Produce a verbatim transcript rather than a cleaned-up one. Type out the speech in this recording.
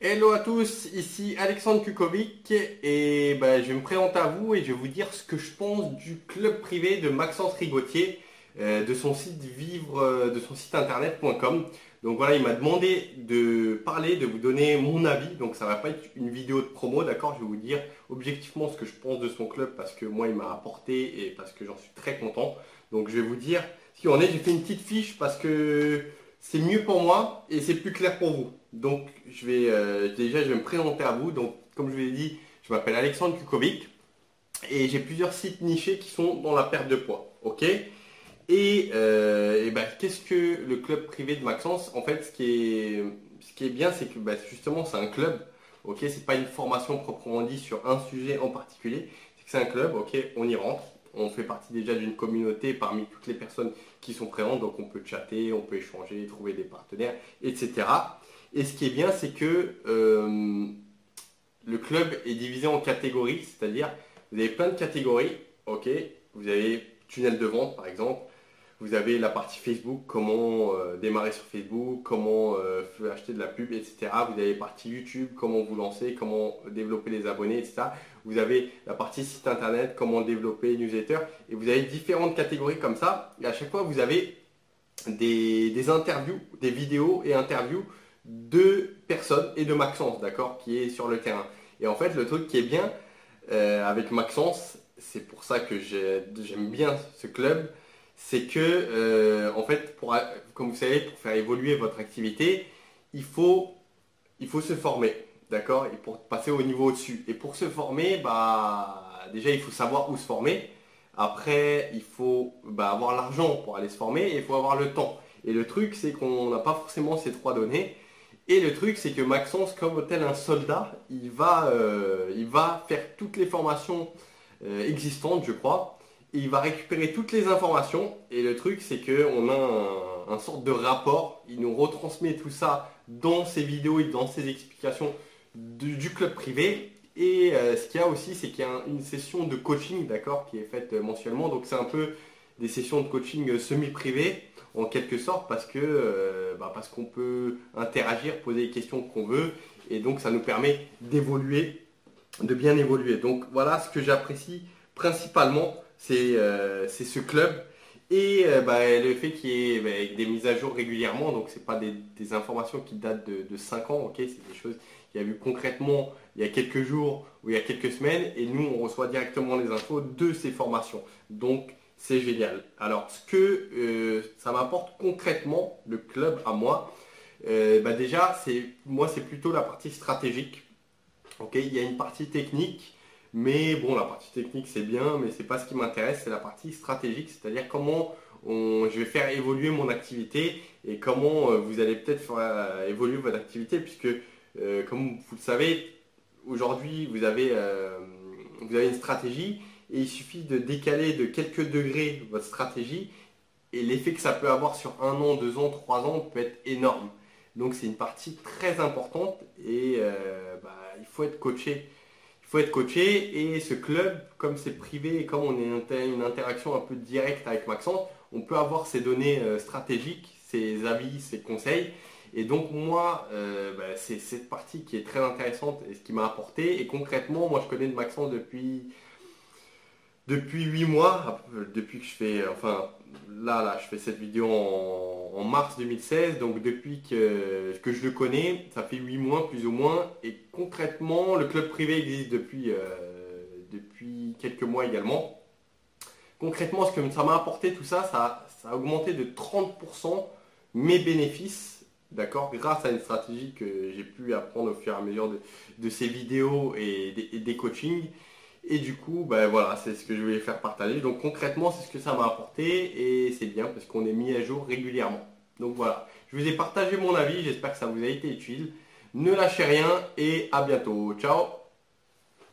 Hello à tous, ici Alexandre Kukovic et bah, je vais me présenter à vous et je vais vous dire ce que je pense du club privé de Maxence Rigotier, euh, de son site vivre, euh, de son site internet point com. Donc voilà, il m'a demandé de parler, de vous donner mon avis. Donc ça va pas être une vidéo de promo, d'accord? Je vais vous dire objectivement ce que je pense de son club parce que moi il m'a apporté et parce que j'en suis très content. Donc je vais vous dire ce qu'il en est. J'ai fait une petite fiche parce que c'est mieux pour moi et c'est plus clair pour vous. Donc je vais euh, déjà je vais me présenter à vous. Donc comme je vous l'ai dit, je m'appelle Alexandre Kukovic et j'ai plusieurs sites nichés qui sont dans la perte de poids. Ok. Et, euh, et ben, qu'est-ce que le club privé de Maxence? En fait, ce qui est, ce qui est bien, c'est que ben, justement c'est un club. Ok, c'est pas une formation proprement dit sur un sujet en particulier. C'est que c'est un club. Ok, on y rentre. On fait partie déjà d'une communauté parmi toutes les personnes qui sont présentes. Donc on peut chatter, on peut échanger, trouver des partenaires, et cetera. Et ce qui est bien, c'est que euh, le club est divisé en catégories, c'est-à-dire vous avez plein de catégories. Ok, vous avez tunnel de vente par exemple. Vous avez la partie Facebook, comment euh, démarrer sur Facebook, comment euh, acheter de la pub, et cetera. Vous avez la partie YouTube, comment vous lancer, comment développer les abonnés, et cetera. Vous avez la partie site internet, comment développer une newsletter. Et vous avez différentes catégories comme ça. Et à chaque fois, vous avez des, des interviews, des vidéos et interviews de personnes et de Maxence, d'accord, qui est sur le terrain. Et en fait, le truc qui est bien euh, avec Maxence, c'est pour ça que j'aime bien ce club, c'est que, euh, en fait, pour, comme vous savez, pour faire évoluer votre activité, il faut, il faut se former, d'accord? Et pour passer au niveau au-dessus. Et pour se former, bah, déjà, il faut savoir où se former. Après, il faut bah, avoir l'argent pour aller se former et il faut avoir le temps. Et le truc, c'est qu'on n'a pas forcément ces trois données. Et le truc, c'est que Maxence, comme tel un soldat, il va, euh, il va faire toutes les formations euh, existantes, je crois. Et il va récupérer toutes les informations. Et le truc, c'est qu'on a un, un sorte de rapport. Il nous retransmet tout ça dans ses vidéos et dans ses explications du, du club privé. Et euh, ce qu'il y a aussi, c'est qu'il y a un- une session de coaching, d'accord, qui est faite euh, mensuellement. Donc c'est un peu des sessions de coaching euh, semi-privées, en quelque sorte, parce que euh, bah, parce qu'on peut interagir, poser les questions qu'on veut. Et donc ça nous permet d'évoluer, de bien évoluer. Donc voilà ce que j'apprécie principalement, c'est euh, c'est ce club et euh, bah, le fait qu'il y ait bah, des mises à jour régulièrement. Donc c'est pas des, des informations qui datent de, de cinq ans, ok, c'est des choses qu'il y a eu concrètement il y a quelques jours ou il y a quelques semaines et nous on reçoit directement les infos de ces formations. Donc c'est génial. Alors ce que euh, ça m'apporte concrètement le club à moi, euh, bah, déjà c'est moi c'est plutôt la partie stratégique. Ok, il y a une partie technique, mais bon, la partie technique c'est bien, mais c'est pas ce qui m'intéresse, c'est la partie stratégique, c'est-à-dire comment on- je vais faire évoluer mon activité et comment euh, vous allez peut-être faire euh, évoluer votre activité, puisque euh, comme vous le savez, aujourd'hui vous avez, euh, vous avez une stratégie et il suffit de décaler de quelques degrés votre stratégie et l'effet que ça peut avoir sur un an, deux ans, trois ans peut être énorme. Donc c'est une partie très importante et euh, bah, il faut être coaché. Il faut être coaché et ce club, comme c'est privé et comme on est une interaction un peu directe avec Maxence, on peut avoir ses données euh, stratégiques, ses avis, ses conseils. Et donc moi, euh, bah, c'est cette partie qui est très intéressante et ce qui m'a apporté. Et concrètement, moi je connais de Maxence depuis depuis huit mois, depuis que je fais, enfin là, là, je fais cette vidéo en, en mars deux mille seize, donc depuis que, que je le connais, ça fait huit mois plus ou moins, et concrètement, le club privé existe depuis, euh, depuis quelques mois également. Concrètement, ce que ça m'a apporté tout ça, ça, ça a augmenté de trente pour cent mes bénéfices, d'accord, grâce à une stratégie que j'ai pu apprendre au fur et à mesure de, de ces vidéos et des, et des coachings. Et du coup, ben voilà, c'est ce que je voulais faire partager. Donc concrètement, c'est ce que ça m'a apporté et c'est bien parce qu'on est mis à jour régulièrement. Donc voilà, je vous ai partagé mon avis, j'espère que ça vous a été utile. Ne lâchez rien et à bientôt. Ciao!